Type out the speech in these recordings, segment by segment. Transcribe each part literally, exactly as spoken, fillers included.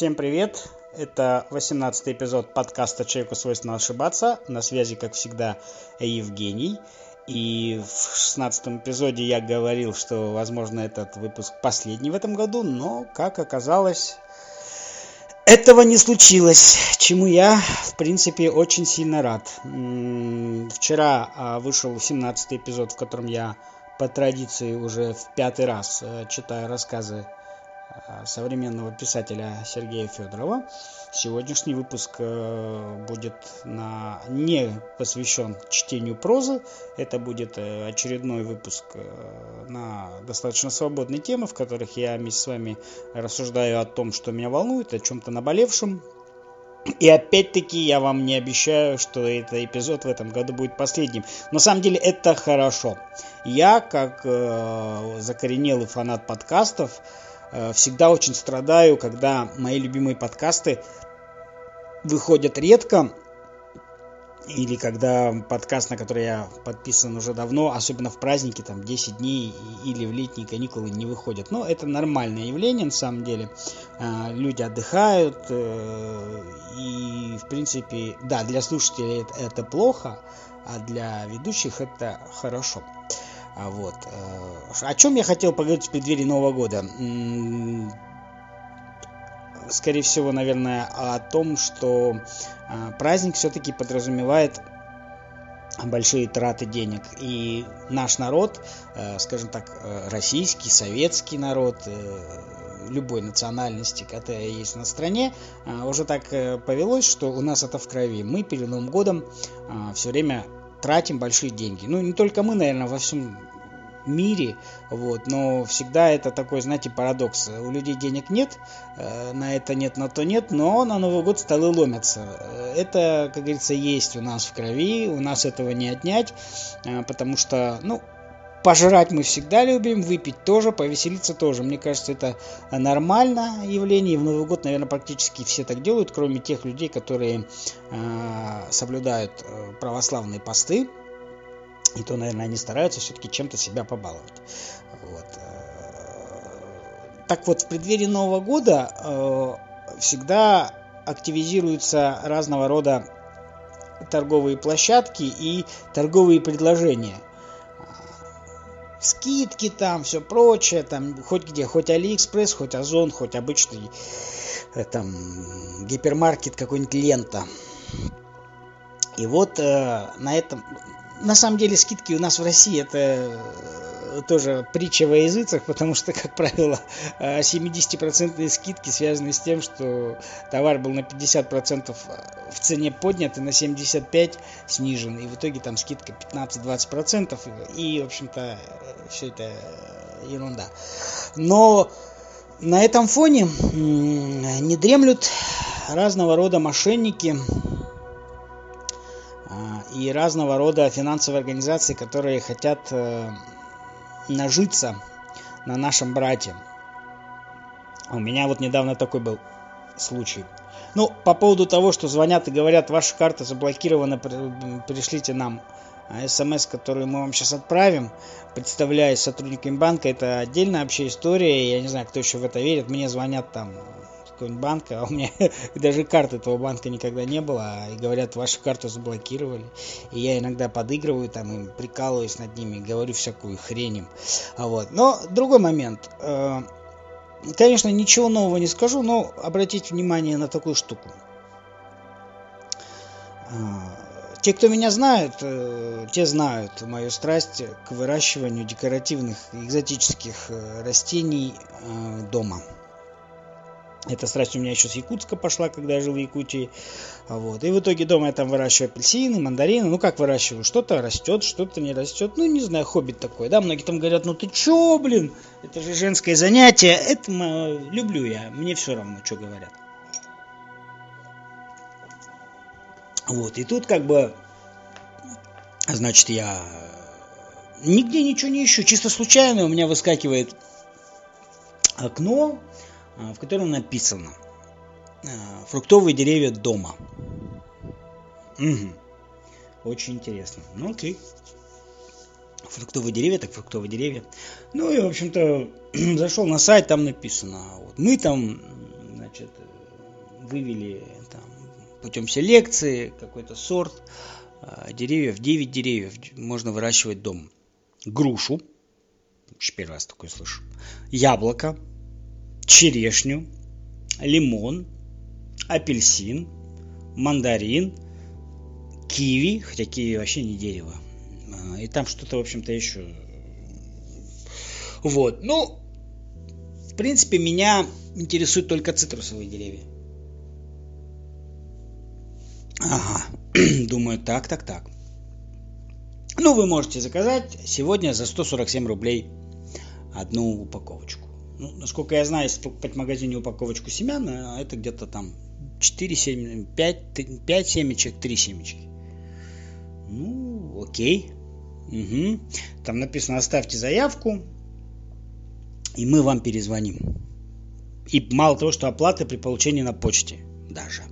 Всем привет! Это восемнадцатый эпизод подкаста «Человеку свойственно ошибаться». На связи, как всегда, Евгений. И в шестнадцатом эпизоде я говорил, что, возможно, этот выпуск последний в этом году, но, как оказалось, этого не случилось, чему я, в принципе, очень сильно рад. Вчера вышел семнадцатый эпизод, в котором я по традиции уже в пятый раз читаю рассказы современного писателя Сергея Федорова. Сегодняшний выпуск будет на... не посвящен чтению прозы. Это будет очередной выпуск на достаточно свободные темы, в которых я вместе с вами рассуждаю о том, что меня волнует, о чем-то наболевшем. И опять-таки я вам не обещаю, что этот эпизод в этом году будет последним. На самом деле это хорошо. Я, как э, закоренелый фанат подкастов, всегда очень страдаю, когда мои любимые подкасты выходят редко, или когда подкаст, на который я подписан уже давно, особенно в праздники, там десять дней или в летние каникулы, не выходят. Но это нормальное явление, на самом деле. Люди отдыхают, и, в принципе, да, для слушателей это плохо, а для ведущих это хорошо. Вот. О чем я хотел поговорить в преддверии Нового года? Скорее всего, наверное, о том, что праздник все-таки подразумевает большие траты денег. И наш народ, скажем так, российский, советский народ, любой национальности, которая есть на стране, уже так повелось, что у нас это в крови. Мы перед Новым годом все время тратим большие деньги. Ну, не только мы, наверное, во всем мире, вот, но всегда это такой, знаете, парадокс. У людей денег нет, на это нет, на то нет, но на Новый год столы ломятся. Это, как говорится, есть у нас в крови, у нас этого не отнять, потому что, ну, пожрать мы всегда любим, выпить тоже, повеселиться тоже. Мне кажется, это нормальное явление. И в Новый год, наверное, практически все так делают, кроме тех людей, которые э, соблюдают православные посты. И то, наверное, они стараются все-таки чем-то себя побаловать. Вот. Так вот, в преддверии Нового года э, всегда активизируются разного рода торговые площадки и торговые предложения. Скидки там, все прочее, там хоть где, хоть Алиэкспресс, хоть Озон, хоть обычный э, там гипермаркет, какой-нибудь Лента. И вот э, на этом, на самом деле, скидки у нас в России это тоже притча во языцах, потому что, как правило, семидесятипроцентные скидки связаны с тем, что товар был на пятьдесят процентов в цене поднят и на семьдесят пять процентов снижен. И в итоге там скидка пятнадцать-двадцать процентов. И, в общем-то, все это ерунда. Но на этом фоне не дремлют разного рода мошенники и разного рода финансовые организации, которые хотят э, нажиться на нашем брате. У меня вот недавно такой был случай. Ну, по поводу того, что звонят и говорят, ваша карта заблокирована, пришлите нам смс, которую мы вам сейчас отправим, представляясь сотрудниками банка, это отдельная вообще история, я не знаю, кто еще в это верит, мне звонят там какого-нибудь банка, а у меня даже карты этого банка никогда не было, и говорят, вашу карту заблокировали, и я иногда подыгрываю там им, прикалываюсь над ними, говорю всякую хрень им, вот. Но другой момент, конечно, ничего нового не скажу, но обратите внимание на такую штуку. Те, кто меня знают, те знают мою страсть к выращиванию декоративных экзотических растений дома. Эта страсть у меня еще с Якутска пошла, когда я жил в Якутии. Вот. И в итоге дома я там выращиваю апельсины, мандарины. Ну как выращиваю? Что-то растет, что-то не растет. Ну не знаю, хобби такое. Да, многие там говорят, ну ты че, блин? Это же женское занятие. Это люблю я. Мне все равно, что говорят. Вот. И тут как бы, значит, я нигде ничего не ищу. Чисто случайно у меня выскакивает окно, в котором написано «Фруктовые деревья дома». Угу. Очень интересно. Ну окей. Фруктовые деревья, так фруктовые деревья. Ну и, в общем-то, зашел на сайт, там написано. Вот, мы там, значит, вывели там, путем селекции какой-то сорт деревьев, девять деревьев можно выращивать дома. Грушу, первый раз такое слышу, яблоко, черешню, лимон, апельсин, мандарин, киви, хотя киви вообще не дерево. И там что-то, в общем-то, еще. Вот, ну, в принципе, меня интересуют только цитрусовые деревья. Ага, думаю, так, так, так. Ну, вы можете заказать сегодня за сто сорок семь рублей одну упаковочку. Ну, насколько я знаю, если покупать в магазине упаковочку семян, это где-то там четыре, семь, пять, пять семечек, три семечки. Ну, окей. Угу. Там написано: оставьте заявку, и мы вам перезвоним. И мало того, что оплата при получении на почте даже.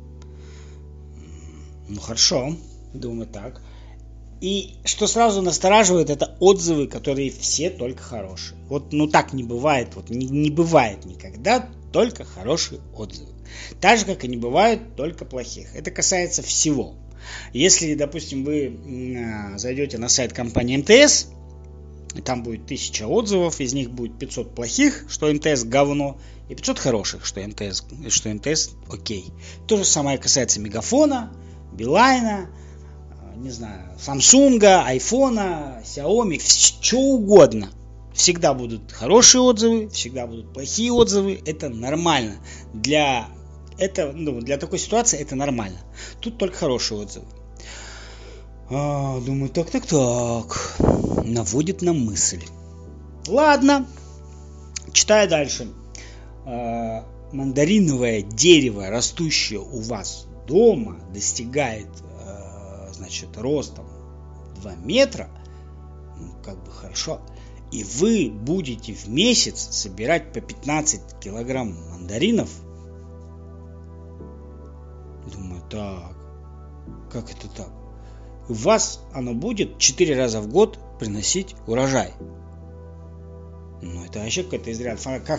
Ну, хорошо. Думаю, так. И что сразу настораживает, это отзывы, которые все только хорошие. Вот, ну так не бывает, вот не, не бывает никогда только хорошие отзывы. Так же, как и не бывает только плохих. Это касается всего. Если, допустим, вы зайдете на сайт компании эм тэ эс, там будет тысяча отзывов, из них будет пятьсот плохих, что эм тэ эс говно, и пятьсот хороших, что эм тэ эс, что эм тэ эс окей. То же самое касается Мегафона, Билайна, не знаю, Самсунга, Айфона, Xiaomi, что угодно. Всегда будут хорошие отзывы, всегда будут плохие отзывы. Это нормально. Для, это, ну, для такой ситуации это нормально. Тут только хорошие отзывы. А, думаю, так, так, так. Наводит на мысль. Ладно. Читаю дальше. А, мандариновое дерево, растущее у вас дома, достигает, значит, ростом два метра, ну, как бы хорошо, и вы будете в месяц собирать по пятнадцать килограмм мандаринов. Думаю, так, как это так? У вас оно будет четыре раза в год приносить урожай. Ну, это вообще какой-то из ряда. Как?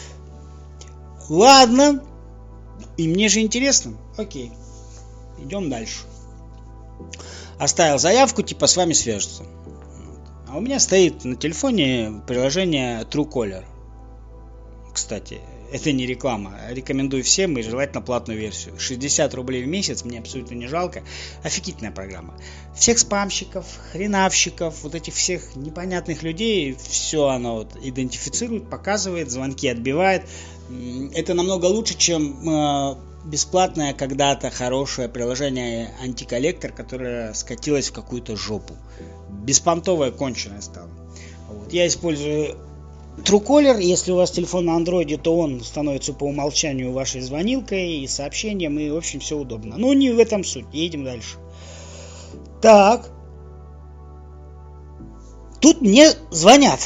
Ладно. И мне же интересно. Окей. Идем дальше. Оставил заявку, типа с вами свяжутся. А у меня стоит на телефоне приложение Truecaller. Кстати, это не реклама. Рекомендую всем и желательно платную версию. шестьдесят рублей в месяц, мне абсолютно не жалко. Офигительная программа. Всех спамщиков, хренавщиков, вот этих всех непонятных людей, все оно вот идентифицирует, показывает, звонки отбивает. Это намного лучше, чем э, бесплатное когда-то хорошее приложение антиколлектор, которое скатилось в какую-то жопу. Беспонтовое, конченое стало. Вот. Я использую Truecaller. Если у вас телефон на андроиде, то он становится по умолчанию вашей звонилкой и сообщением, и в общем все удобно. Но не в этом суть. Едем дальше. Так. Тут мне звонят.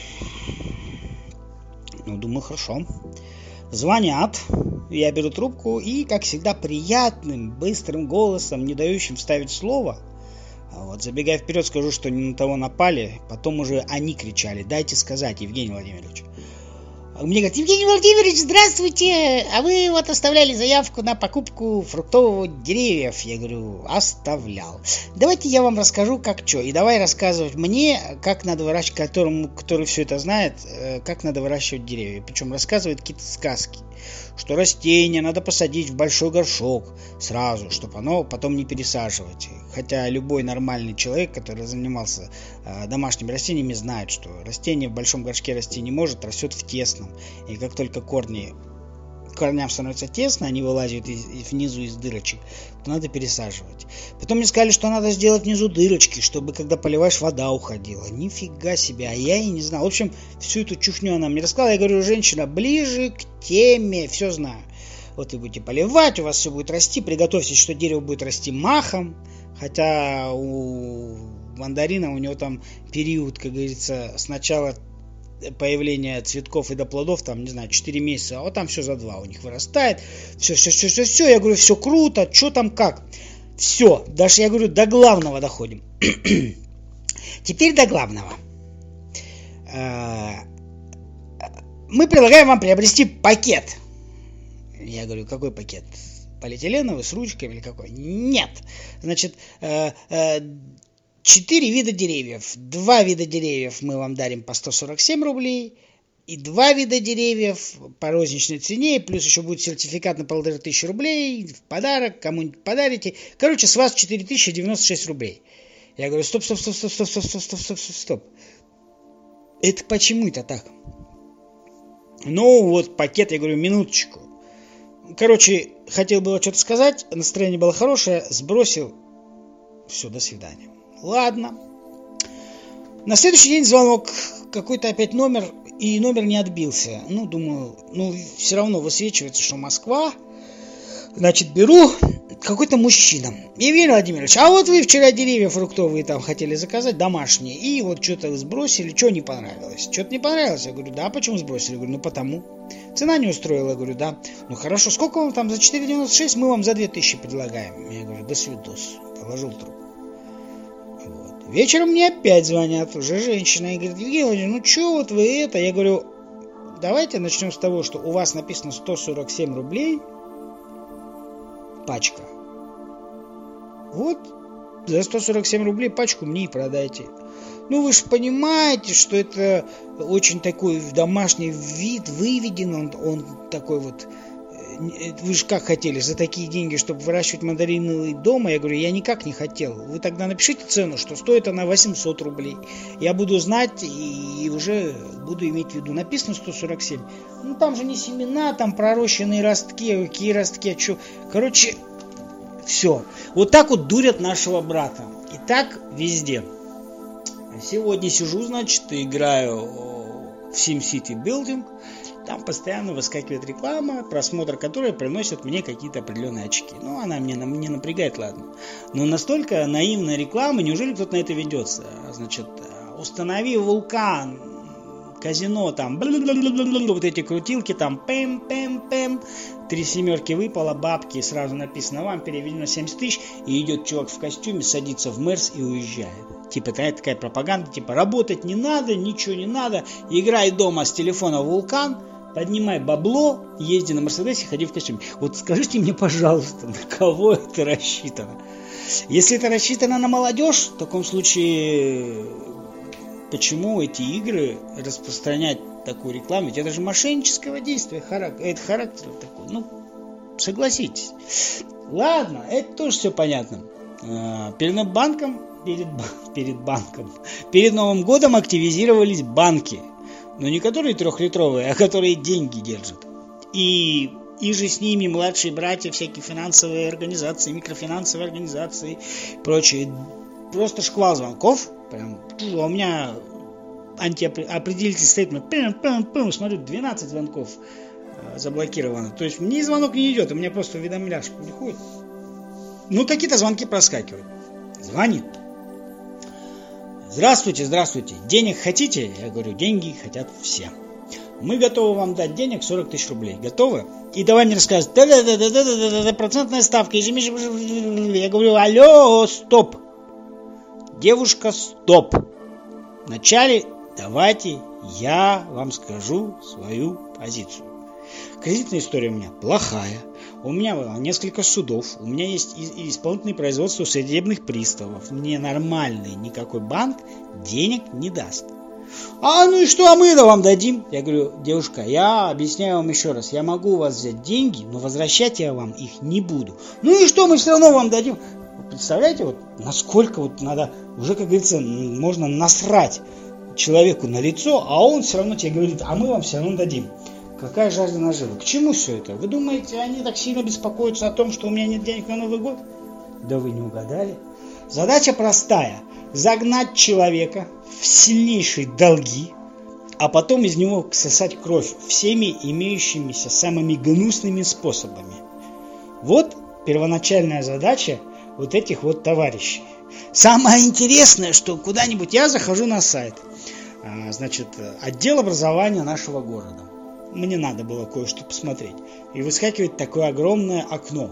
Ну, думаю, хорошо. Звонят. Я беру трубку и, как всегда, приятным, быстрым голосом, не дающим вставить слово. Вот, забегая вперед, скажу, что не на того напали. Потом уже они кричали: дайте сказать, Евгений Владимирович. Мне говорят: Евгений Владимирович, здравствуйте. А вы вот оставляли заявку на покупку фруктовых деревьев. Я говорю: оставлял. Давайте я вам расскажу, как что. И давай рассказывать мне, как надо выращивать, которому, который все это знает, как надо выращивать деревья. Причем рассказывает какие-то сказки. Что растение надо посадить в большой горшок сразу, чтобы оно потом не пересаживать. Хотя любой нормальный человек, который занимался э, домашними растениями, знает, что растение в большом горшке расти не может, растет в тесном. И как только корни, корням становится тесно, они вылазят из, из, внизу из дырочек, то надо пересаживать. Потом мне сказали, что надо сделать внизу дырочки, чтобы когда поливаешь, вода уходила. Нифига себе, а я и не знал. В общем, всю эту чухню она мне рассказала. Я говорю: женщина, ближе к теме, все знаю. Вот вы будете поливать, у вас все будет расти. Приготовьтесь, что дерево будет расти махом. Хотя у мандарина, у него там период, как говорится, сначала появления цветков и до плодов, там, не знаю, четыре месяца, а вот там все за два у них вырастает. Все, все, все, все, все. Я говорю: все круто, что там как. Все, даже, я говорю, до главного доходим. Теперь до главного. Мы предлагаем вам приобрести пакет. Я говорю, какой пакет? Полиэтиленовый, с ручками или какой? Нет. Значит, четыре вида деревьев. Два вида деревьев мы вам дарим по сто сорок семь рублей. И два вида деревьев по розничной цене. Плюс еще будет сертификат на полторы тысячи рублей в подарок. Кому-нибудь подарите. Короче, с вас четыре тысячи девяносто шесть рублей. Я говорю, стоп, стоп, стоп, стоп, стоп, стоп, стоп, стоп, стоп, стоп, стоп. Это почему это так? Ну, вот пакет, я говорю, минуточку. Короче, хотел было что-то сказать, настроение было хорошее, сбросил. Все, до свидания. Ладно. На следующий день звонок, какой-то опять номер, и номер не отбился. Ну, думаю, ну, все равно высвечивается, что Москва. Значит, беру, какой-то мужчина. Евгений Владимирович, а вот вы вчера деревья фруктовые там хотели заказать, домашние, и вот что-то сбросили, что не понравилось? Что-то не понравилось? Я говорю, да, почему сбросили? Я говорю, ну потому. Цена не устроила, я говорю, да. Ну хорошо, сколько вам там за четыре девяносто шесть, мы вам за две тысячи предлагаем. Я говорю, до свидос. Положил трубку. Вот. Вечером мне опять звонят, уже женщина, и говорит, Евгений Владимирович, ну что вот вы это? Я говорю, давайте начнем с того, что у вас написано сто сорок семь рублей пачка. Вот за сто сорок семь рублей пачку мне и продайте. Ну вы же понимаете, что это очень такой домашний вид выведен, он, он такой вот. Вы же как хотели за такие деньги, чтобы выращивать мандарины дома? Я говорю, я никак не хотел. Вы тогда напишите цену, что стоит она восемьсот рублей. Я буду знать и уже буду иметь в виду. Написано сто сорок семь. Ну там же не семена, там пророщенные ростки. Какие ростки, а что? Короче, все. Вот так вот дурят нашего брата. И так везде. Сегодня сижу, значит, играю в SimCity Building. Там постоянно выскакивает реклама, просмотр которой приносит мне какие-то определенные очки. Ну, она мне не напрягает, ладно. Но настолько наивная реклама, неужели кто-то на это ведется? Значит, установи вулкан, казино, там, вот эти крутилки, там, пэм-пэм-пэм, три семерки выпало, бабки, сразу написано вам, переведено семьдесят тысяч, и идет чувак в костюме, садится в Мерс и уезжает. Типа такая пропаганда, типа работать не надо, ничего не надо, играй дома с телефона в вулкан, поднимай бабло, езди на Мерседесе, ходи в костюме. Вот скажите мне, пожалуйста, на кого это рассчитано? Если это рассчитано на молодежь, в таком случае, почему эти игры распространять такую рекламу? Ведь это же мошенническое действие, характер, это характер такой, ну, согласитесь. Ладно, это тоже все понятно. Перед банком, перед, перед банком, перед Новым годом активизировались банки. Но не которые трехлитровые, а которые деньги держат. И, и же с ними младшие братья, всякие финансовые организации, микрофинансовые организации, прочие. Просто шквал звонков. Прям, а у меня антиопределитель стоит, пым, пым, пым, смотрю, двенадцать звонков э, заблокировано. То есть мне звонок не идет, у меня просто уведомляшка приходит. Ну, какие-то звонки проскакивают. Звонит. Здравствуйте, здравствуйте. Денег хотите? Я говорю, деньги хотят все. Мы готовы вам дать денег сорок тысяч рублей. Готовы? И давай мне рассказывать. Да-да-да-да-да-да-да, процентная ставка. Я говорю, алло, стоп. Девушка, стоп. Вначале давайте я вам скажу свою позицию. Кредитная история у меня плохая. У меня несколько судов, у меня есть исполнительное производство судебных приставов. Мне нормальный никакой банк денег не даст. А ну и что, а мы-то вам дадим? Я говорю, девушка, я объясняю вам еще раз. Я могу у вас взять деньги, но возвращать я вам их не буду. Ну и что, мы все равно вам дадим. Представляете, вот насколько вот надо, уже, как говорится, можно насрать человеку на лицо, а он все равно тебе говорит, а мы вам все равно дадим. Какая жажда наживы? К чему все это? Вы думаете, они так сильно беспокоятся о том, что у меня нет денег на Новый год? Да вы не угадали. Задача простая. Загнать человека в сильнейшие долги, а потом из него сосать кровь всеми имеющимися самыми гнусными способами. Вот первоначальная задача вот этих вот товарищей. Самое интересное, что куда-нибудь я захожу на сайт, значит, отдел образования нашего города. Мне надо было кое-что посмотреть. И выскакивает такое огромное окно.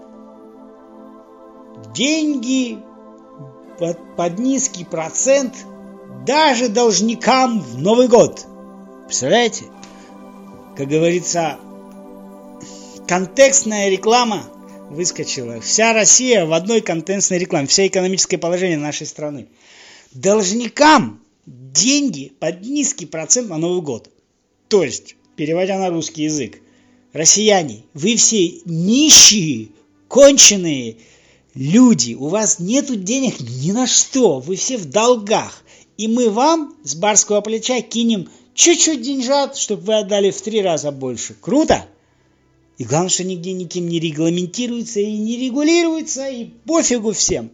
Деньги под, под низкий процент даже должникам в Новый год. Представляете? Как говорится, контекстная реклама выскочила. Вся Россия в одной контекстной рекламе. Все экономическое положение нашей страны. Должникам деньги под низкий процент на Новый год. То есть, переводя на русский язык, россияне, вы все нищие, конченые люди. У вас нету денег ни на что. Вы все в долгах. И мы вам с барского плеча кинем чуть-чуть деньжат, чтобы вы отдали в три раза больше. Круто? И главное, что нигде никем не регламентируется и не регулируется, и пофигу всем.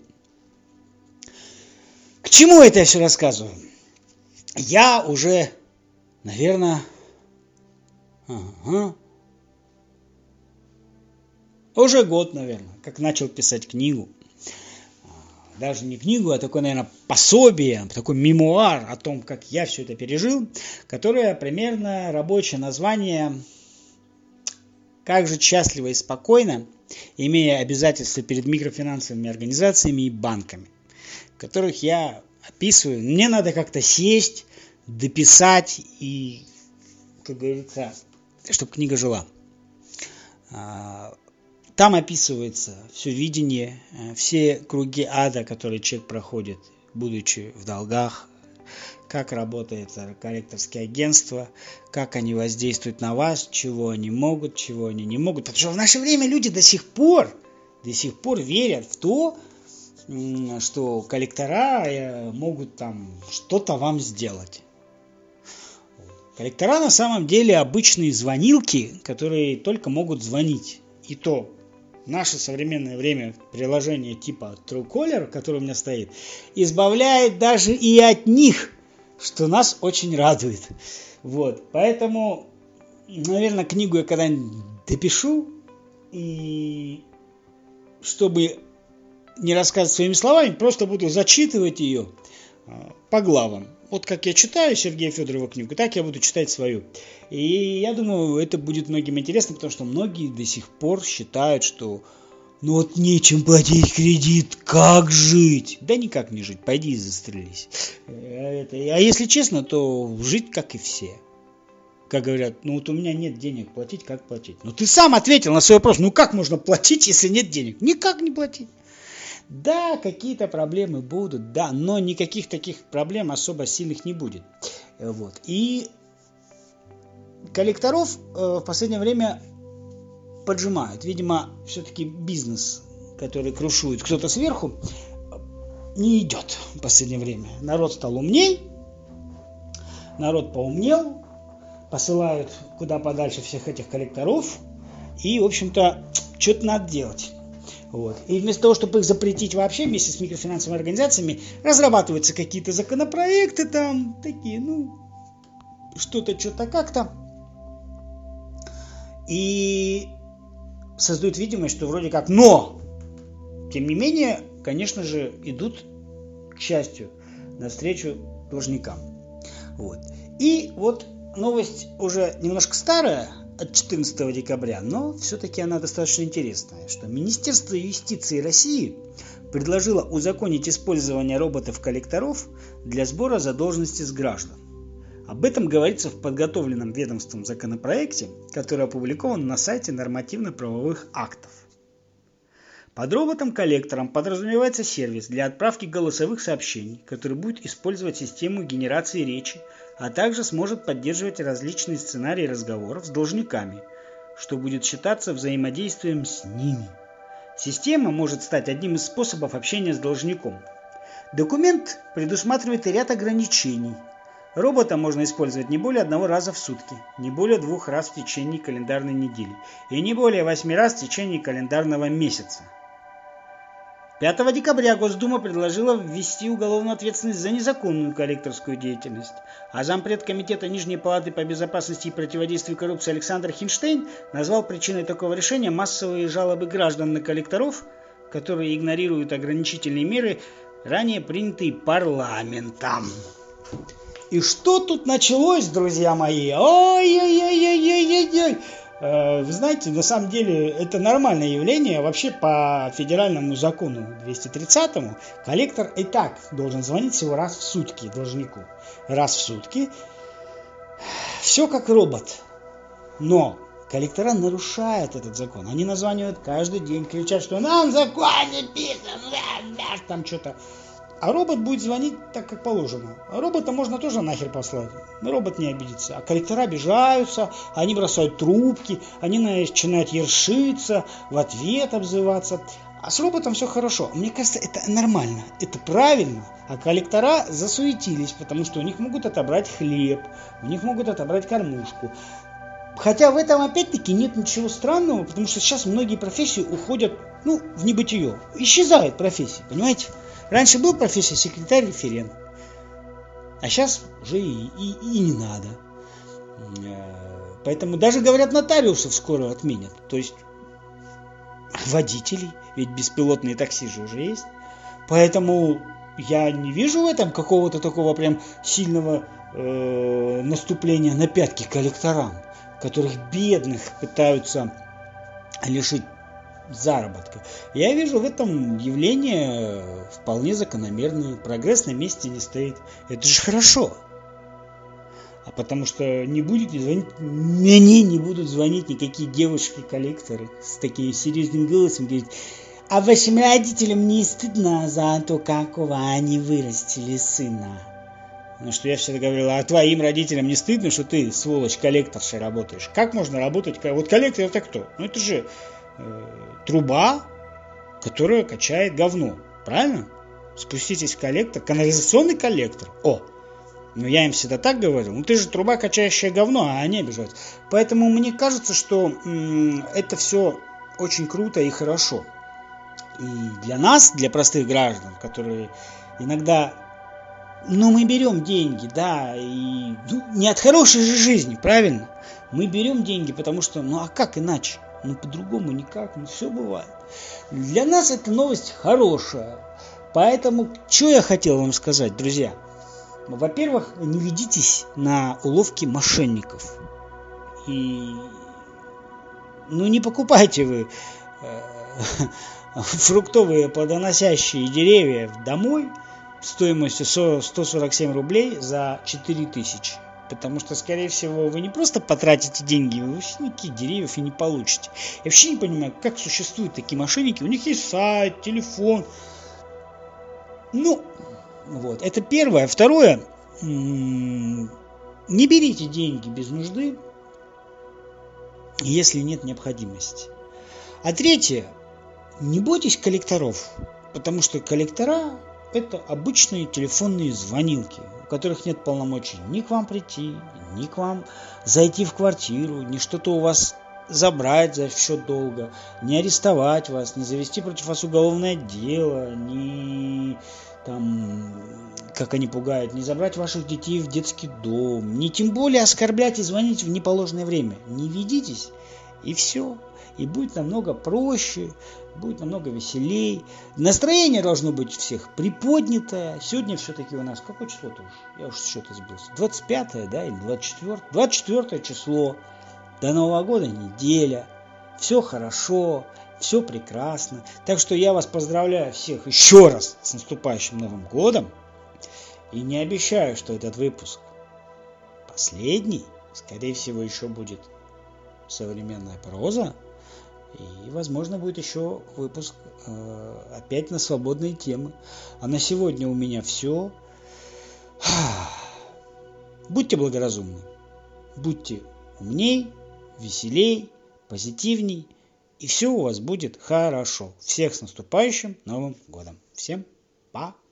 К чему это я все рассказываю? Я уже, наверное, ага, уже год, наверное, как начал писать книгу. Даже не книгу, а такое, наверное, пособие, такой мемуар о том, как я все это пережил, которое примерно рабочее название «Как жить счастливо и спокойно, имея обязательства перед микрофинансовыми организациями и банками», в которых я описываю. Мне надо как-то сесть, дописать и, как говорится, чтобы книга жила. Там описывается все видение, все круги ада, которые человек проходит, будучи в долгах, как работает коллекторские агентства, как они воздействуют на вас, чего они могут, чего они не могут. Потому что в наше время люди до сих пор, до сих пор верят в то, что коллектора могут там что-то вам сделать. Коллектора на самом деле обычные звонилки, которые только могут звонить. И то в наше современное время приложение типа Truecaller, которое у меня стоит, избавляет даже и от них, что нас очень радует. Вот. Поэтому, наверное, книгу я когда-нибудь допишу, и чтобы не рассказывать своими словами, просто буду зачитывать ее по главам. Вот как я читаю Сергея Федорова книгу, так я буду читать свою. И я думаю, это будет многим интересно, потому что многие до сих пор считают, что ну вот нечем платить кредит, как жить? Да никак не жить, пойди и застрелись. А если честно, то жить как и все. Как говорят, ну вот у меня нет денег платить, как платить? Ну ты сам ответил на свой вопрос, ну как можно платить, если нет денег? Никак не платить. Да, какие-то проблемы будут, да, но никаких таких проблем особо сильных не будет. Вот. И коллекторов в последнее время поджимают. Видимо, все-таки бизнес, который крушует кто-то сверху, не идет в последнее время. Народ стал умней, народ поумнел, посылают куда подальше всех этих коллекторов, и, в общем-то, что-то надо делать. Вот. И вместо того, чтобы их запретить вообще вместе с микрофинансовыми организациями, разрабатываются какие-то законопроекты там, такие, ну, что-то, что-то как-то. И создают видимость, что вроде как, но, тем не менее, конечно же, идут, к счастью, навстречу должникам. Вот. И вот новость уже немножко старая, от четырнадцатого декабря, но все-таки она достаточно интересная, что Министерство юстиции России предложило узаконить использование роботов-коллекторов для сбора задолженности с граждан. Об этом говорится в подготовленном ведомством законопроекте, который опубликован на сайте нормативно-правовых актов. Под роботом-коллектором подразумевается сервис для отправки голосовых сообщений, который будет использовать систему генерации речи, а также сможет поддерживать различные сценарии разговоров с должниками, что будет считаться взаимодействием с ними. Система может стать одним из способов общения с должником. Документ предусматривает и ряд ограничений. Робота можно использовать не более одного раза в сутки, не более двух раз в течение календарной недели и не более восьми раз в течение календарного месяца. пятого декабря Госдума предложила ввести уголовную ответственность за незаконную коллекторскую деятельность, а зампред Комитета Нижней Палаты по безопасности и противодействию коррупции Александр Хинштейн назвал причиной такого решения массовые жалобы граждан на коллекторов, которые игнорируют ограничительные меры, ранее принятые парламентом. И что тут началось, друзья мои? Ой-ой-ой-ой-ой-ой-ой! Вы знаете, на самом деле это нормальное явление. Вообще по федеральному закону двести тридцатому коллектор и так должен звонить всего раз в сутки должнику. Раз в сутки. Все как робот. Но коллектора нарушают этот закон. Они названивают каждый день, кричат, что нам закон не писан, там что-то. А робот будет звонить так, как положено. А робота можно тоже нахер послать. Робот не обидится. А коллектора обижаются, они бросают трубки, они начинают ершиться, в ответ обзываться. А с роботом все хорошо. Мне кажется, это нормально, это правильно. А коллектора засуетились, потому что у них могут отобрать хлеб, у них могут отобрать кормушку. Хотя в этом опять-таки нет ничего странного, потому что сейчас многие профессии уходят, ну, в небытие. Исчезают профессии, понимаете? Раньше был профессия секретарь-референт, а сейчас уже и, и, и не надо. Поэтому даже, говорят, нотариусов скоро отменят. То есть водителей, ведь беспилотные такси же уже есть. Поэтому я не вижу в этом какого-то такого прям сильного э, наступления на пятки коллекторам, которых бедных пытаются лишить заработка. Я вижу в этом явление вполне закономерное. Прогресс на месте не стоит. Это же хорошо. А потому что не будет звонить, мне не будут звонить никакие девушки-коллекторы с таким серьезным голосом, говорить: а вашим родителям не стыдно за то, какого они вырастили сына? Ну что я всегда говорил: а твоим родителям не стыдно, что ты, сволочь, коллекторшей работаешь? Как можно работать? Вот коллектор — это кто? Ну это же э, труба, которая качает говно. Правильно? Спуститесь в коллектор, канализационный коллектор. О! Ну, я им всегда так говорил. Ну, ты же труба, качающая говно, а они обижаются. Поэтому мне кажется, что м- это все очень круто и хорошо. И для нас, для простых граждан, которые иногда, ну, мы берем деньги, да, и ну, не от хорошей же жизни, правильно? Мы берем деньги, потому что, ну, а как иначе? Ну, по-другому никак, ну, все бывает. Для нас эта новость хорошая. Поэтому, что я хотел вам сказать, друзья? Во-первых, не ведитесь на уловки мошенников. И ну не покупайте вы э, фруктовые плодоносящие деревья домой стоимостью сто сорок семь рублей за четыре тысячи. Потому что, скорее всего, вы не просто потратите деньги, вы вообще никаких деревьев и не получите. Я вообще не понимаю, как существуют такие мошенники. У них есть сайт, телефон. Ну, вот, это первое. Второе, не берите деньги без нужды, если нет необходимости. А третье, не бойтесь коллекторов, потому что коллектора — это обычные телефонные звонилки, у которых нет полномочий ни к вам прийти, ни к вам зайти в квартиру, ни что-то у вас забрать за счет долга, не арестовать вас, не завести против вас уголовное дело, не там, как они пугают, не забрать ваших детей в детский дом, не тем более оскорблять и звонить в неположенное время. Не ведитесь, и все. И будет намного проще, будет намного веселей. Настроение должно быть у всех приподнятое. Сегодня все-таки у нас, какое число-то уж? Я уж счета сбился. двадцать пятое, да, или двадцать четвёртое? двадцать четвёртое число. До Нового года неделя. Все хорошо, все прекрасно. Так что я вас поздравляю всех еще раз с наступающим Новым годом. И не обещаю, что этот выпуск последний. Скорее всего, еще будет современная проза. И, возможно, будет еще выпуск э, опять на свободные темы. А на сегодня у меня все. Будьте благоразумны. Будьте умней, веселей, позитивней. И все у вас будет хорошо. Всех с наступающим Новым годом. Всем пока.